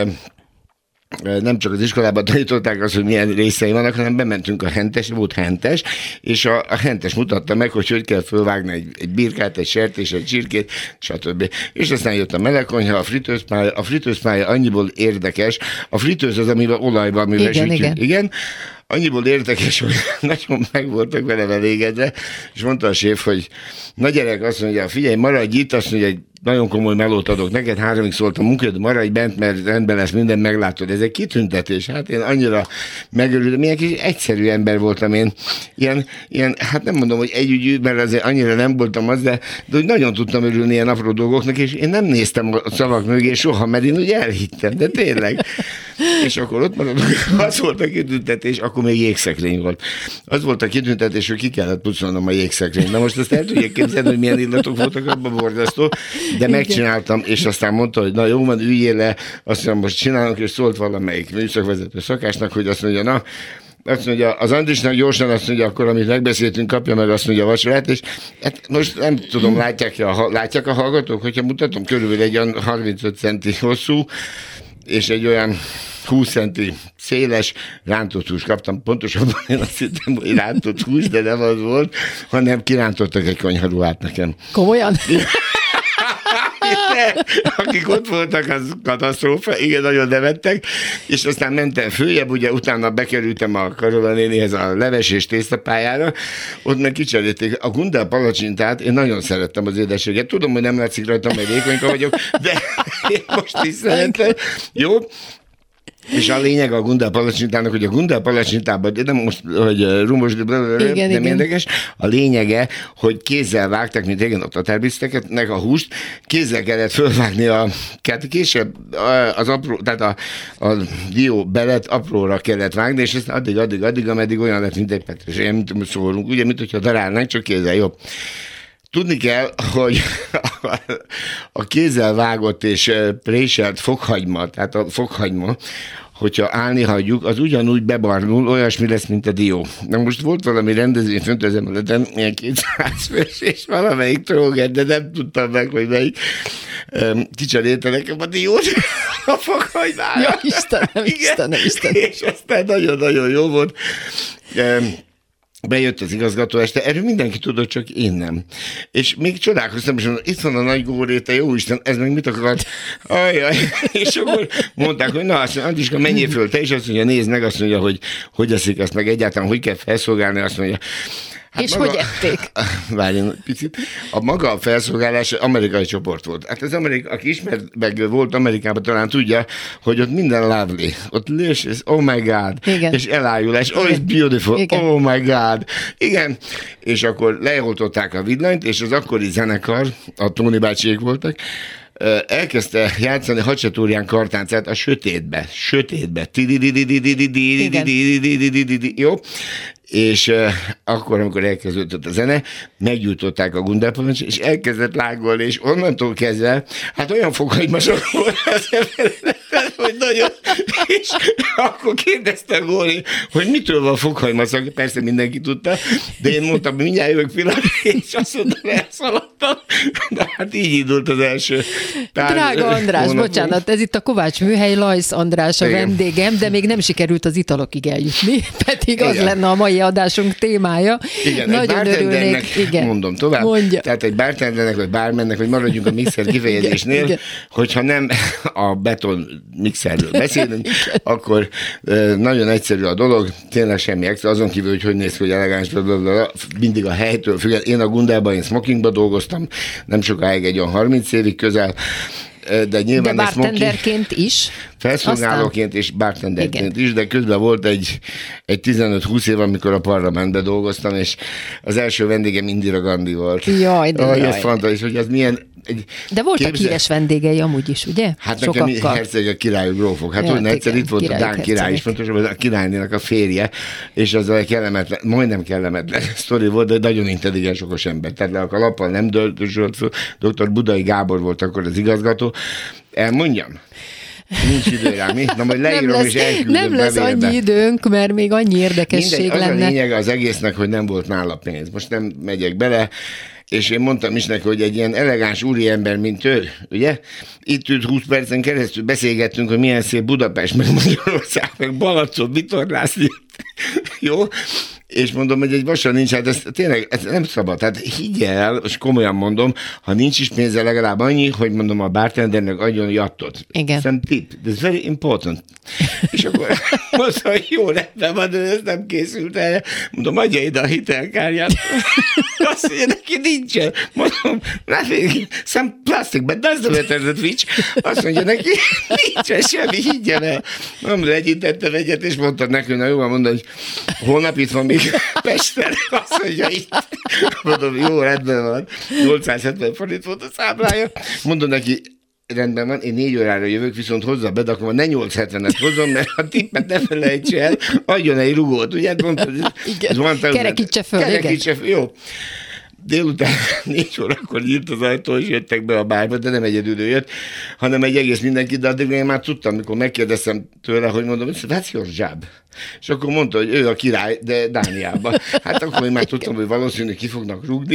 nem csak az iskolában tanították azt, hogy milyen részei vannak, hanem bementünk a hentes, volt hentes, és a, a hentes mutatta meg, hogy hogy kell fölvágni egy, egy birkát, egy sertés, egy csirkét, stb. És aztán jött a melegkonyha, a fritőzpálya. A fritőzpálya annyiból érdekes, a fritőz az, amivel olajban, amivel igen, sütjük. Igen. igen. Annyiból érdekes, hogy nagyon meg voltak vele elégedve, és mondta a séf, hogy na gyerek, azt mondja, figyelj, maradj itt, azt mondja, egy nagyon komoly melót adok neked, háromig szólt a munkát, maradj bent, mert rendben lesz, minden meglátod. Ez egy kitüntetés. Hát én annyira megörültem, milyen kis egyszerű ember voltam én. Ilyen, ilyen hát nem mondom, hogy együgyű, mert azért annyira nem voltam az, de, de hogy nagyon tudtam örülni ilyen apró dolgoknak, és én nem néztem a szavak mögé soha, mert én ugye elhittem, de tényleg. És akkor ott maradok, az volt a kitüntetés, akkor még jégszekrény volt. Az volt a kitüntetés, hogy ki kellett pucolnom a jégszekrényt. Na most azt el tudják képzelni, hogy milyen illatok voltak abban, borzasztó, de megcsináltam, és aztán mondta, hogy na jó, van, üljél le, azt mondja, most csinálunk, és szólt valamelyik műszakvezető szakásnak, hogy azt mondja, na, azt mondja, az Andrisnak gyorsan azt mondja, akkor, amit megbeszéltünk, kapja meg azt mondja a vacsorát, és hát most nem tudom, látják a, látják a hallgatók, hogyha mutatom, körülbelül egy olyan harmincöt centi hosszú, és egy olyan húsz centi széles rántott hús kaptam. Pontosabban én azt hittem, hogy rántott hús, de nem az volt, hanem kirántottak egy konyharuhát nekem. Komolyan? De, akik ott voltak, az katasztrófa, igen, nagyon nevettek, és aztán mentem följebb, ugye utána bekerültem a Karola nénihez a leves és tésztapályára, ott meg kicserélték a Gundel palacsintát, én nagyon szerettem az édességet, tudom, hogy nem látszik rajtam, mert vékonyka vagyok, de én most is szeretem, jó? És a lényeg a Gundel palacsintának, hogy a Gundel palacsintában, de nem most, hogy rumos, nem igen. érdekes, a lényege, hogy kézzel vágták, mint régen a tatárbiszteket, meg a húst, kézzel kellett fölvágni a, később az apró, tehát a, a dió belet apróra kellett vágni, és ezt addig, addig, addig, ameddig olyan lett, mint egy petres, olyan, mint szólunk, ugye, mint hogyha darálnánk, csak kézzel, jobb. Tudni kell, hogy a kézzel vágott és préselt fokhagyma, tehát a fokhagyma, hogyha állni hagyjuk, az ugyanúgy bebarnul, olyasmi lesz, mint a dió. Na most volt valami rendezvény fönt az emeleten, ilyen kétszáz fős, és valamelyik tróger, de nem tudtam meg, hogy melyik kicserélte nekem a diót a fokhagymára. Ja, Istenem, Istenem, Istenem. És aztán nagyon-nagyon jó volt. Bejött az igazgató este, erről mindenki tudott, csak én nem. És még csodálkoztam, és mondom, itt van a nagy góréte, jó Isten, ez meg mit akart? Ajaj. És akkor mondták, hogy na, azt mondja, Andriska, menjél föl, te is, azt mondja, nézd meg, azt mondja, hogy hogy eszik ezt meg egyáltalán, hogy kell felszolgálni, azt mondja. Hát és maga, hogy ették? Várjunk picit. A maga a felszolgálás amerikai csoport volt. Hát az Amerika, aki ismert, meg volt Amerikában, talán tudja, hogy ott minden lovely. Ott lős, oh my God. Igen. És elájulás, oh it's beautiful, igen. Oh my God. Igen. És akkor leoltották a villanyt, és az akkori zenekar, a Tóni bácsiék voltak, elkezdte játszani Hacsatúrján kartáncát a sötétbe. Sötétbe. Jó? És uh, akkor, amikor elkezdődött a zene, meggyújtották a Gundel parancs, és elkezdett lángolni, és onnantól kezdve, hát olyan fokhagymaszok volt az embernek, hogy nagyon, és akkor kérdezte a Góri, hogy mitől van fokhagymaszok, persze mindenki tudta, de én mondtam, mindjárt jövök pillanat, és azt mondtam, elszaladtam, de hát így indult az első pár Drága András, hónapon. Bocsánat, ez itt a Kovács Műhely, Lajsz András a igen. vendégem, de még nem sikerült az italokig eljutni, pedig az igen. lenne a mai mai adásunk témája. Igen, nagyon örülnék. Igen. Mondom tovább. Mondja. Tehát egy bartendernek, vagy bármennek, vagy maradjunk a mixer kifejezésnél, igen, hogyha nem a beton mixerről beszélünk, akkor nagyon egyszerű a dolog, tényleg semmi extra, azon kívül, hogy hogy néz ki, hogy elegáns, mindig a helytől függ. Én a Gundában, én smokingba dolgoztam, nem sokáig, egy olyan harminc évig közel, de nyilván de bartenderként is. Felszolgálóként és bartenderként is, de közben volt egy, egy tizenöt-húsz év, amikor a parlamentben dolgoztam, és az első vendégem Indira Gandhi volt. Jaj, de oh, jaj. Ez fantasztikus, hogy az milyen... Egy de voltak képzel... híres vendégei amúgy is, ugye? Hát sokakkal. Nekem hercegek királyok, grófok. Hát ja, hogy egyszer itt volt a Dán király is, pontosabban a királynének a férje, és az a kellemetlen, majdnem kellemetlen sztori volt, de nagyon intelligens, okos ember. Tehát le a kalappal nem dölt föl. doktor Budai Gábor volt akkor az igazgató. Elmondjam? Nincs idő rá, mi? Na majd leírom, nem lesz, és elküldöm nem lesz bevélbe. annyi időnk, mert még annyi érdekesség Mindegy, lenne. Az a lényeg az egésznek, hogy nem volt nála pénz. Most nem megyek bele, és én mondtam is neki, hogy egy ilyen elegáns úriember, mint ő, ugye? Itt ült húsz percen keresztül beszélgettünk, hogy milyen szép Budapest, meg Magyarország, meg Balaton, vitorlászni. Jó? És mondom, hogy egy vasal nincs, hát ez tényleg ez nem szabad. Tehát higgyel, és komolyan mondom, ha nincs is pénze, legalább annyi, hogy mondom a bartendernek adjon jattot. Igen. Some tip. That's very important. És akkor mondta, hogy jó, rendben van, de ez nem készült el. Mondom, adja ide a hitelkárját. Azt mondja, neki nincsen. Mondom, nothing, some plastic, but that's the better than which. Azt mondja neki, nincsen semmi, higgyen el. Nem legyintettem egyet, és mondta neki, na jó, mondom, hogy holnap itt van még Pesten. Azt mondja, itt. Mondom, jó, rendben van. nyolcszázhetven forint volt a számlája. Mondom neki, rendben van, én négy órára jövök, viszont hozzá be, de akkor ne nyolcszázhetvenet hozom, mert a tippet ne felejts el, adjon egy rugót, ugye? Mondta, igen, kerekítse föl, kerekítse föl, jó. Délután négy órakor nyílt az ajtó, és jöttek be a bárba, de nem egyedül jött, hanem egy egész mindenki, de addig én már tudtam, mikor megkérdeztem tőle, hogy mondom, that's your job. És akkor mondta, hogy ő a király, de Dániában. Hát akkor én már tudtam, hogy valószínűleg ki fognak rúgni.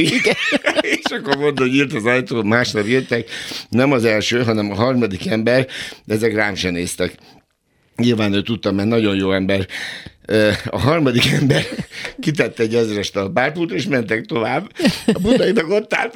És akkor mondta, hogy nyílt az ajtó, másnap jöttek, nem az első, hanem a harmadik ember, de ezek rám se néztek. Nyilván ő tudtam, mert nagyon jó ember. A harmadik ember kitette egy ezrest a bárpultra, és mentek tovább. A Budai meg ott állt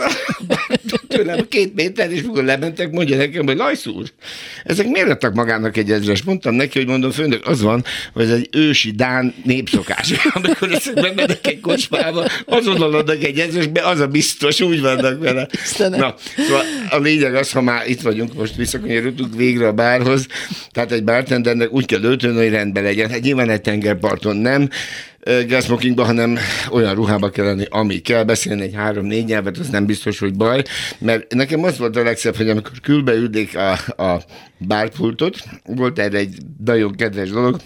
tőlem két méter, és mikor lementek, mondja nekem, hogy Lajsz úr, ezek miért adtak magának egy ezrest? Mondtam neki, hogy mondom, főnök, az van, hogy ez egy ősi dán népszokás. Amikor ezek bemennek egy kocsmába, azonnal adnak egy ezrest, mert az a biztos, úgy vannak vele. Na, szóval a lényeg az, ha már itt vagyunk, most visszakanyarodtunk végre a bárhoz, tehát egy bartendernek úgy kell öltönni, hogy rendben legyen. Hát nyilván egy tengerparton nem, gázsmokingba, hanem olyan ruhába kell lenni, ami kell, beszélni egy három-négy nyelvet, az nem biztos, hogy baj, mert nekem az volt a legszebb, hogy amikor külbeülték a, a bárpultot, volt erre egy nagyon kedves dolog,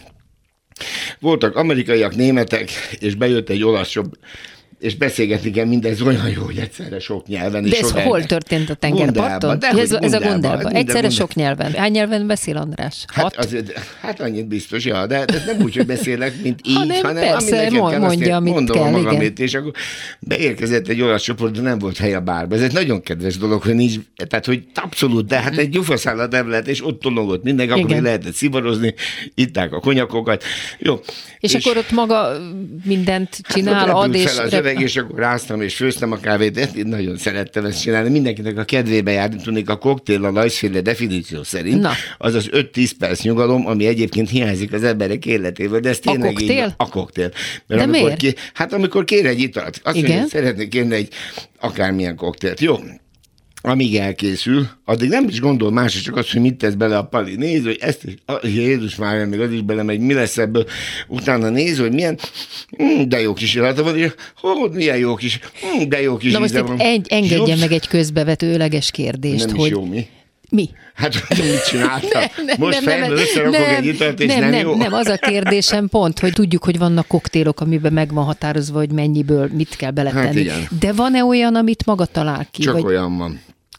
voltak amerikaiak, németek, és bejött egy olasz jobb, és beszélgetni kell, mindez olyan jó, hogy egyszerre sok nyelven. De ez hol történt a tengerparton? De ez, ez a Gundában. Egyszerre sok nyelven. Hány nyelven beszél András? Hát, azért, hát annyit biztos, ja, de ez nem úgy, hogy beszélek, mint így, hanem, hanem persze, ami nekem kell, mondja, amit mondom kell, magamét, és akkor beérkezett egy olasz csoport, de nem volt hely a bárba. Ez egy nagyon kedves dolog, hogy nincs, tehát, hogy abszolút, de hát egy gyufaszállat nem lehet, és ott tolongott mindenki, akkor még lehetett szivarozni, itták a konyakokat. Jó. És, és akkor ott maga mindent csinál, hát ad, és... fel az öveg, és akkor ráztam, és főztem a kávét, de én nagyon szerettem ezt csinálni. Mindenkinek a kedvébe járni tudnék, a koktél a Lajszféle definíció szerint. Na. Az az öt-tíz perc nyugalom, ami egyébként hiányzik az emberek életéből, de ez tényleg a koktél? Így, a koktél. Mert de amikor miért? Ki, hát amikor kér egy italt, azt mondja, hogy szeretnék kérni egy akármilyen koktélt. Jó. Amíg elkészül, addig nem is gondol más, csak az, hogy mit tesz bele a pali. Néz, hogy ezt is, Jézus már, még az is belemegy, mi lesz ebből. Utána néz, hogy milyen, mm, de jó kis illata van, és hogy milyen jó kis, mm, de jó kis na most van. Egy, engedje meg egy közbevetőleges kérdést. Nem hogy... is jó, mi? Mi? Hát, hogy mit csinálta? Nem, Most nem, fejből összerakok nem, egy italt, és nem, nem, nem jó? Nem, az a kérdésem pont, hogy tudjuk, hogy vannak koktélok, amiben meg van határozva, hogy mennyiből mit kell beletenni. Hát de van-e olyan, amit maga talál ki? Csak vagy... olyan van.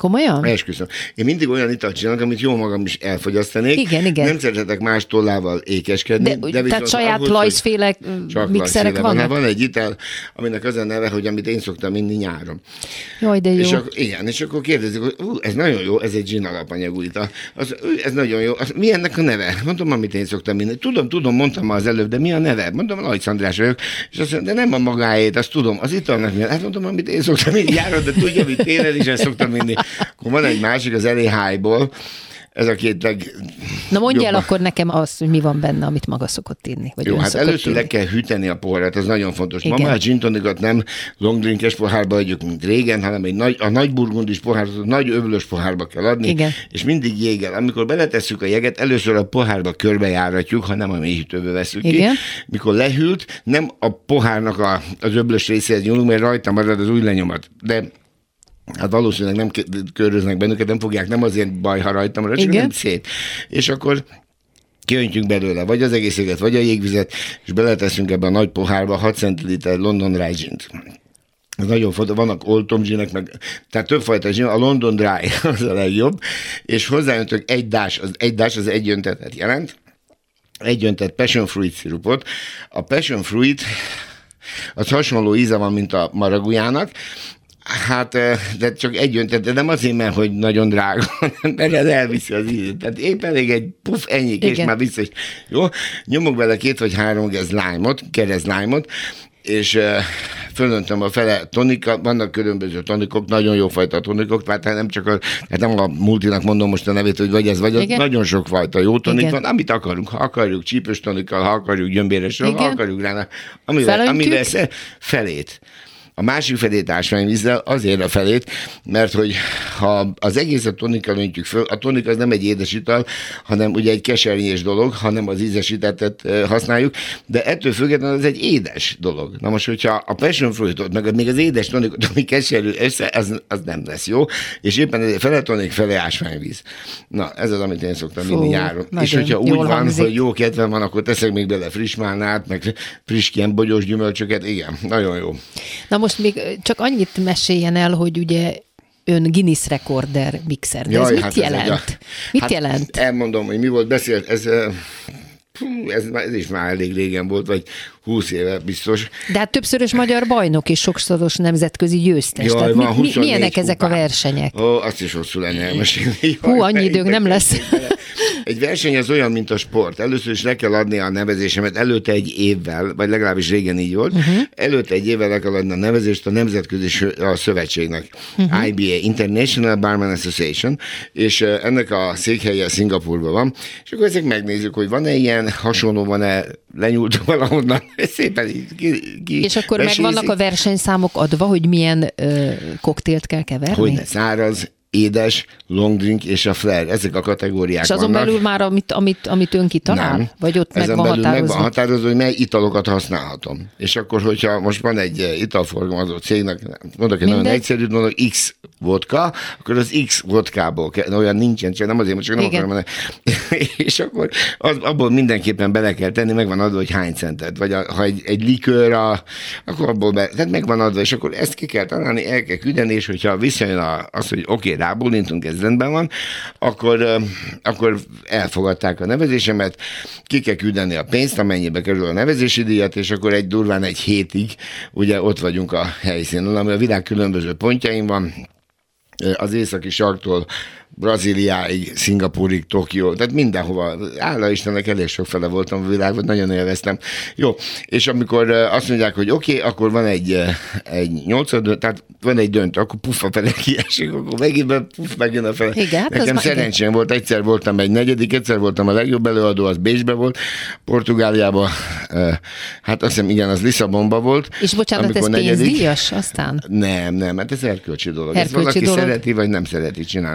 Komolyan? Esküszöm. Én mindig olyan italt csinálok, amit jó magam is elfogyasztanék. Igen, igen. Nem szeretek más tollával ékeskedni. De, de tehát saját ahhoz, lajzféle mixerek vannak? vannak? Van, van egy ital, aminek az a neve, hogy amit én szoktam inni nyáron. Jaj, de jó. És akkor, igen, és akkor kérdezik, hogy ú, ez nagyon jó, ez egy gin alapanyagú ital. Az, ez nagyon jó. Az, mi ennek a neve? Mondom, amit én szoktam inni. Tudom, tudom, mondtam már az előbb, de mi a neve? Mondom, Lajc András vagyok. És azt mondja, de nem a magáét, azt tudom, az italnak mi? Hát mondom, amit én szoktam inni nyáron, de tudja, mit télen is ezt szoktam inni. Akkor van egy másik, az el á High-ból, ez a két leg... Na mondj el jobban. akkor nekem azt, hogy mi van benne, amit maga szokott inni. Vagy Jó, hát először inni. le kell hűteni a poharat, ez nagyon fontos. Igen. Ma már gin tonicot nem longdrinkes pohárba adjuk, mint régen, hanem egy nagy, a nagy burgundis pohárba, nagy öblös pohárba kell adni, Igen. és mindig jéggel. Amikor beletesszük a jeget, először a pohárba körbejáratjuk, ha nem a mélyhűtőbe veszük Igen. ki. Mikor lehűlt, nem a pohárnak a, az öblös részéhez nyúlunk, mert rajta marad az új lenyomat. De hát valószínűleg nem köröznek bennünket, nem fogják, nem azért baj, ha rajtam marad, csak Igen. nem szép. És akkor kiöntjük belőle vagy az egész jeget, vagy a jégvizet, és beleteszünk ebbe a nagy pohárba hat centiliter London Dry gint. Ez nagyon fontos, vannak Old Tom ginek, meg, tehát többfajta gin, a London Dry az a legjobb, és hozzáöntök egy dás, az egy dás az egy öntetet jelent, egy öntet passion fruit szirupot. A passion fruit az hasonló íze van, mint a maragujának. Hát, de csak egy öntet, de nem azért, mert hogy nagyon drága, mert ez elviszi az ízét. Tehát épp elég egy puff, ennyi, és már vissza is. Jó, nyomok bele két vagy három gez lime-ot, kerez lime-ot, és uh, fölöntöm a fele tonika, vannak különböző tonikok, nagyon jó fajta tonikok, tehát nem csak a, hát nem a multinak mondom most a nevét, hogy vagy ez, vagy az, nagyon sok fajta jó tonik Igen. van, amit akarunk, ha akarjuk csípős tonikkal, ha akarjuk gyömbéresről, ha akarjuk rá, amivel, amivel sze, felét. A másik felét ásványvízzel, azért a felét, mert hogy ha az egészet tonikkal öntjük föl, a tonik az nem egy édes ital, hanem ugye egy kesernyés dolog, hanem az ízesítettet használjuk, de ettől függetlenül az egy édes dolog. Na most, hogyha a passion fruitot, meg még az édes tonikot, ami keserű össze, az, az nem lesz jó, és éppen ezért fele tonik, fele ásványvíz. Na, ez az, amit én szoktam inni nyáron. És hogyha úgy van, hangzik. Hogy jó kedvem van, akkor teszek még bele friss málnát, meg friss ilyen bogyós gyümölcsöket, igen, nagyon jó. Na most még csak annyit meséljen el, hogy ugye ön Guinness rekorder mixer. De Jaj, ez mit hát jelent? Ez a, mit hát jelent? Elmondom, hogy mi volt beszélt, ez, ez, ez is már elég régen volt, vagy húsz éve biztos. De hát többszörös magyar bajnok és sokszoros nemzetközi győztes. Jaj, Tehát van, mi, milyenek kupán. ezek a versenyek? Ó, azt is hosszú lenne elmesélni. Hú, annyi időnk nem lesz. Egy verseny az olyan, mint a sport. Először is le kell adni a nevezésemet, előtte egy évvel, vagy legalábbis régen így volt, uh-huh. előtte egy évvel le kell adni a nevezést a nemzetközi a szövetségnek. Uh-huh. I B A, International Barman Association, és ennek a székhelye Szingapurban van, és akkor ezek megnézzük, hogy van-e ilyen, hasonló van-e, lenyúlt valahonnan, szépen így ki, ki És akkor vesézik. meg vannak a versenyszámok adva, hogy milyen ö, koktélt kell keverni? Hogyne, száraz, édes, long drink és a flair. Ezek a kategóriák És azon vannak. belül már, amit, amit, amit ön kitalál? Nem. Vagy ott Ezen meg van belül határozva? meg van határozva, hogy mely italokat használhatom. És akkor, hogyha most van egy italforgalmazó cégnek, mondok egy nagyon egyszerűt, mondok X vodka, akkor az X vodkából kell, olyan nincsen, csak nem azért, csak nem akarom mondani. És akkor az, abból mindenképpen bele kell tenni, meg van adva, hogy hány centet. Vagy a, ha egy, egy likőr, a, akkor abból be, tehát meg van adva, és akkor ezt ki kell találni, el kell küldeni, és hogyha visszajön a, az, hogy oké, okay, rábólintunk, ez rendben van, akkor, akkor elfogadták a nevezésemet, ki kell küldeni a pénzt, amennyibe kerül a nevezési díjat, és akkor egy durván egy hétig ugye ott vagyunk a helyszínen, ami a világ különböző pontjain van, az északi sarktól Brazíliáig, Szingapúrig, Tokió, tehát mindenhova. Hála Istennek elég sok fele voltam a világban, nagyon élveztem. Jó, és amikor azt mondják, hogy oké, okay, akkor van egy, egy nyolcad, tehát van egy döntő, akkor puff a fele kiesik, akkor megint puff megjön a fele. Igen, nekem szerencsém igen. volt, egyszer voltam egy negyedik, egyszer voltam a legjobb előadó, az Bécsbe volt, Portugáliában, hát azt hiszem, igen, az Lisszabonban volt. És bocsánat, ez negyedik, pénzdíjas aztán? Nem, nem, hát ez erkölcsi dolog. Erkölcsi ez valaki dolog. szereti, vagy nem szereti csinálni.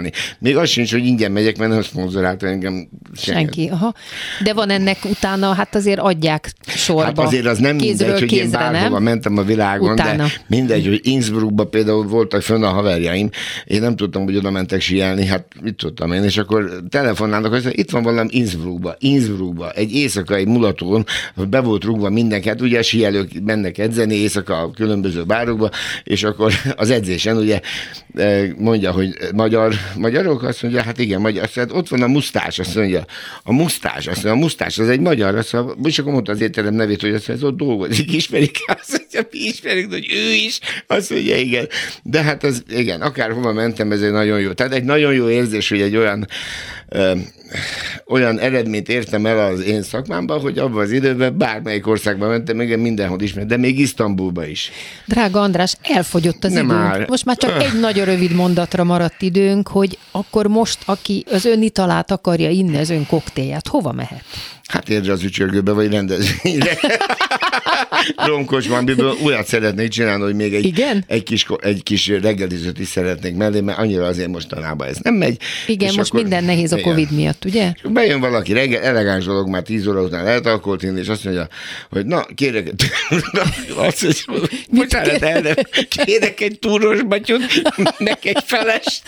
még az sincs, hogy ingyen megyek, mert nem szponzorált engem senki. Senki, aha. De van ennek utána, hát azért adják sorba. Hát azért az nem kézről mindegy, hogy kézre, én bárhova nem? mentem a világon, Utána. de mindegy, hogy Innsbruckban például voltak fönn a haverjaim, én nem tudtam, hogy oda mentek síelni, hát mit tudtam én, és akkor telefonálnak, hogy itt van valami Innsbruckba, Innsbruckba, egy éjszakai mulatón, be volt rúgva mindenki, hát ugye a síelők mennek edzeni éjszaka a különböző bárokba, és akkor az edzésen ugye mondja, hogy magyar, magyarok, azt mondja, hát igen, magyar, azt mondja, ott van a musztás, azt mondja, a musztás, azt mondja, a musztás, az egy magyar, azt mondja, és akkor mondta az étterem nevét, hogy azt mondja, ez ott dolgozik, ismerik, azt mondja, mi ismerik, hogy ő is, azt mondja, igen. De hát az, igen, akárhova mentem, ez egy nagyon jó. Tehát egy nagyon jó érzés, hogy egy olyan ö, olyan eredményt értem el az én szakmámban, hogy abban az időben bármelyik országban mentem, igen, mindenhol ismert, de még Isztambulba is. Drága András, elfogyott az Nem időnk. áll. Most már csak egy nagyon rövid mondatra maradt időnk, hogy akkor most, aki az ön italát akarja inni, az ön koktélját, hova mehet? Hát érde az ücsörgőbe, vagy rendezvényre. Romkocsban, amiből olyat szeretnék csinálni, hogy még egy, Igen? egy, kis, egy kis reggelizőt is szeretnék mellé, mert annyira azért mostanában ez nem megy. Igen, most akkor, minden nehéz a Covid igen. miatt, ugye? Bejön valaki reggel, elegáns dolog, már tíz óra után lehet alkoholt inni, és azt mondja, hogy na, kérek, na, azt mondja, bocsánat, el, nem, kérek egy túros batyot, meg egy felest.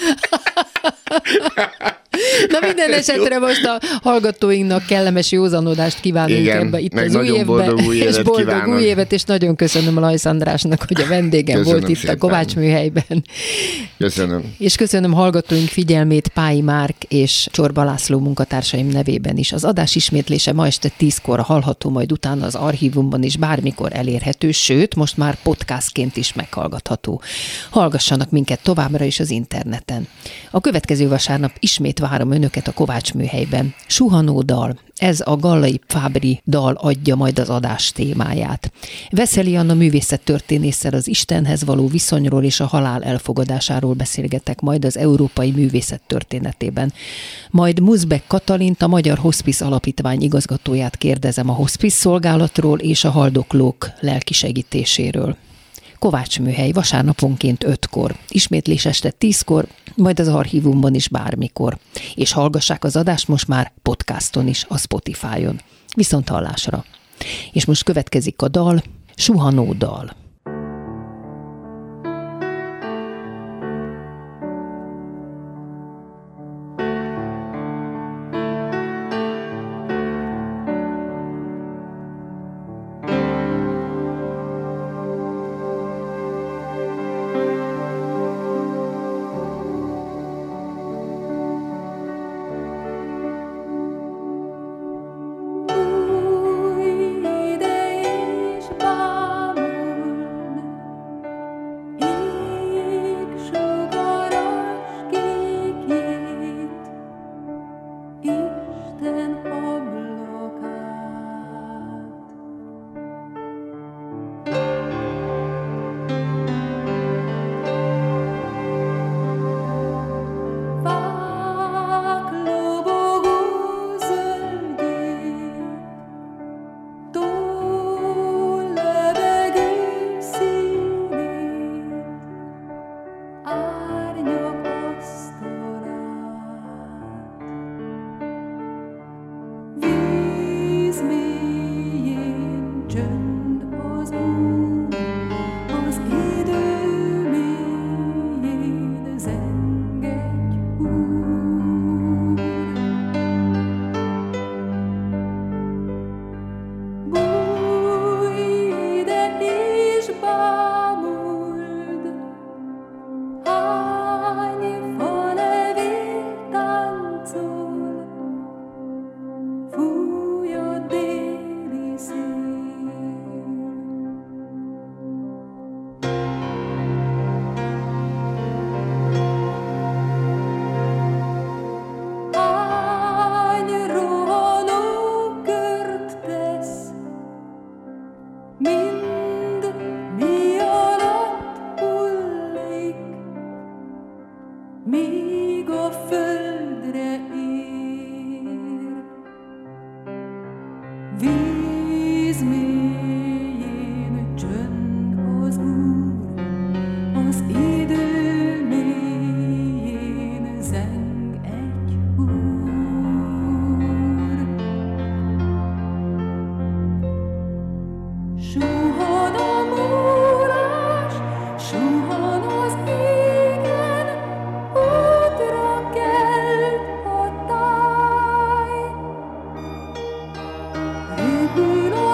Na minden esetre most a hallgatóinknak kellemes józanodást kívánunk Igen, ebbe itt meg az új nagyon évben, boldog új évet és boldog kívánok. új évet, és nagyon köszönöm Lajsz Andrásnak, hogy a vendégem Köszönöm volt itt szépen. a Kovács műhelyben. Köszönöm. És köszönöm hallgatóink figyelmét Pályi Márk és Csorba László munkatársaim nevében is. Az adás ismétlése ma este tízkor hallható, majd utána az archívumban is bármikor elérhető, sőt, most már podcastként is meghallgatható. Hallgassanak minket továbbra is az interneten. A következő vasárnap ismét várom önöket a Kovács műhelyben. Suhanó dal. Ez a Gallai Fábri dal adja majd az adás témáját. Veszeli Anna művészettörténésszel az Istenhez való viszonyról és a halál elfogadásáról beszélgetek majd az európai művészet történetében. Majd Muszbek Katalint, a Magyar Hospice Alapítvány igazgatóját kérdezem a hospice szolgálatról és a haldoklók lelkisegítéséről. Kovács műhely vasárnaponként ötkor, ismétlés este tízkor, majd az archívumban is bármikor. És hallgassák az adást most már podcaston is, a Spotify-on. Viszont hallásra. És most következik a dal, Suhanó dal. Míg a földre ér, víz mélyén csönd az Úr, az idő mélyén zeng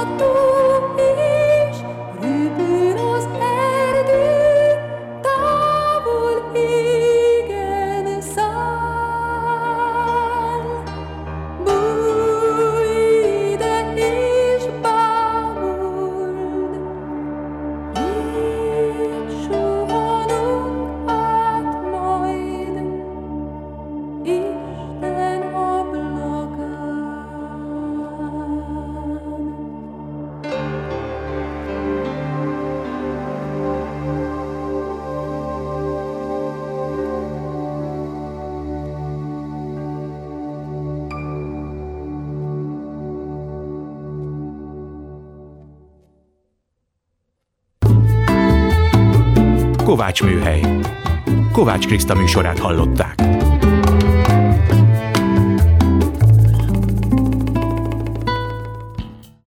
Kovács Műhely. Kovács Kriszta műsorát hallották.